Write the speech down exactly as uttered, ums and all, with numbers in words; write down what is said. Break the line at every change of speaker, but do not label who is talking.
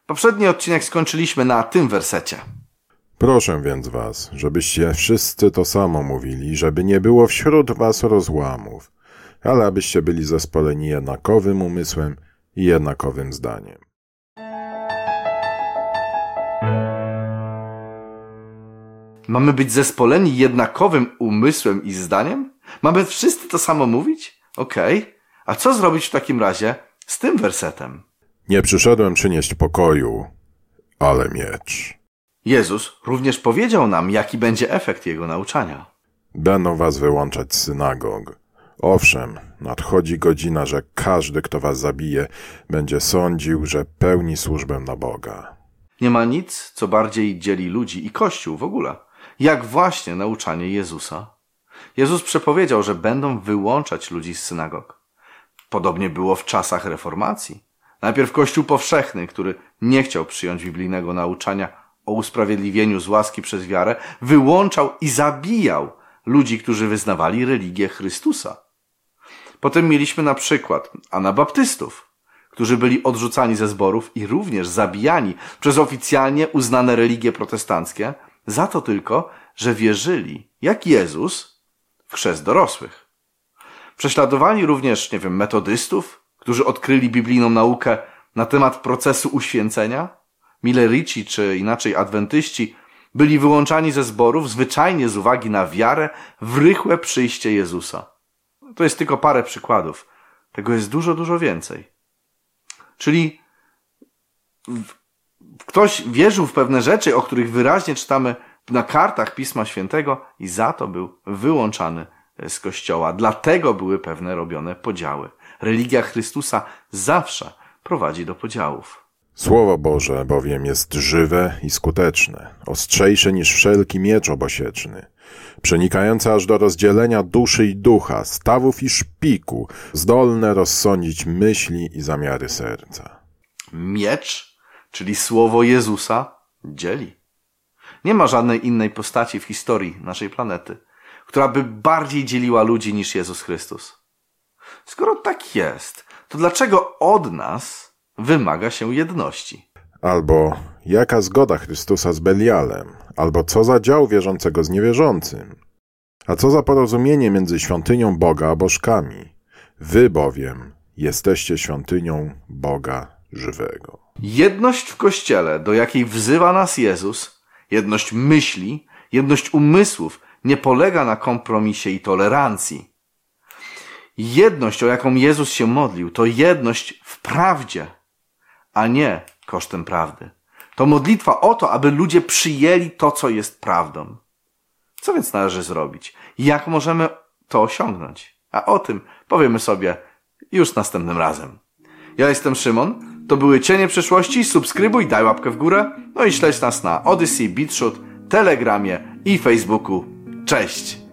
Poprzedni odcinek skończyliśmy na tym wersecie.
Proszę więc was, żebyście wszyscy to samo mówili, żeby nie było wśród was rozłamów, ale abyście byli zespoleni jednakowym umysłem i jednakowym zdaniem.
Mamy być zespoleni jednakowym umysłem i zdaniem? Mamy wszyscy to samo mówić? Okej. Okay. A co zrobić w takim razie z tym wersetem?
Nie przyszedłem przynieść pokoju, ale miecz.
Jezus również powiedział nam, jaki będzie efekt Jego nauczania.
Będą was wyłączać z synagog. Owszem, nadchodzi godzina, że każdy, kto was zabije, będzie sądził, że pełni służbę na Boga.
Nie ma nic, co bardziej dzieli ludzi i Kościół w ogóle, jak właśnie nauczanie Jezusa. Jezus przepowiedział, że będą wyłączać ludzi z synagog. Podobnie było w czasach reformacji. Najpierw Kościół powszechny, który nie chciał przyjąć biblijnego nauczania o usprawiedliwieniu z łaski przez wiarę, wyłączał i zabijał ludzi, którzy wyznawali religię Chrystusa. Potem mieliśmy na przykład anabaptystów, którzy byli odrzucani ze zborów i również zabijani przez oficjalnie uznane religie protestanckie, za to tylko, że wierzyli, jak Jezus, w chrzest dorosłych. Prześladowali również, nie wiem, metodystów, którzy odkryli biblijną naukę na temat procesu uświęcenia. Millerici, czy inaczej adwentyści, byli wyłączani ze zborów zwyczajnie z uwagi na wiarę w rychłe przyjście Jezusa. To jest tylko parę przykładów. Tego jest dużo, dużo więcej. Czyli ktoś wierzył w pewne rzeczy, o których wyraźnie czytamy na kartach Pisma Świętego i za to był wyłączany z Kościoła. Dlatego były pewne robione podziały. Religia Chrystusa zawsze prowadzi do podziałów.
Słowo Boże bowiem jest żywe i skuteczne, ostrzejsze niż wszelki miecz obosieczny, przenikające aż do rozdzielenia duszy i ducha, stawów i szpiku, zdolne rozsądzić myśli i zamiary serca.
Miecz, czyli słowo Jezusa, dzieli. Nie ma żadnej innej postaci w historii naszej planety, która by bardziej dzieliła ludzi niż Jezus Chrystus. Skoro tak jest, to dlaczego od nas wymaga się jedności?
Albo jaka zgoda Chrystusa z Belialem, albo co za dział wierzącego z niewierzącym, a co za porozumienie między świątynią Boga a bożkami. Wy bowiem jesteście świątynią Boga żywego.
Jedność w Kościele, do jakiej wzywa nas Jezus, jedność myśli, jedność umysłów, nie polega na kompromisie i tolerancji. Jedność, o jaką Jezus się modlił, to jedność w prawdzie, a nie kosztem prawdy. To modlitwa o to, aby ludzie przyjęli to, co jest prawdą. Co więc należy zrobić? Jak możemy to osiągnąć? A o tym powiemy sobie już następnym razem. Ja jestem Szymon, to były Cienie Przyszłości, subskrybuj, daj łapkę w górę, no i śledź nas na Odyssey, BitChute, Telegramie i Facebooku. Cześć!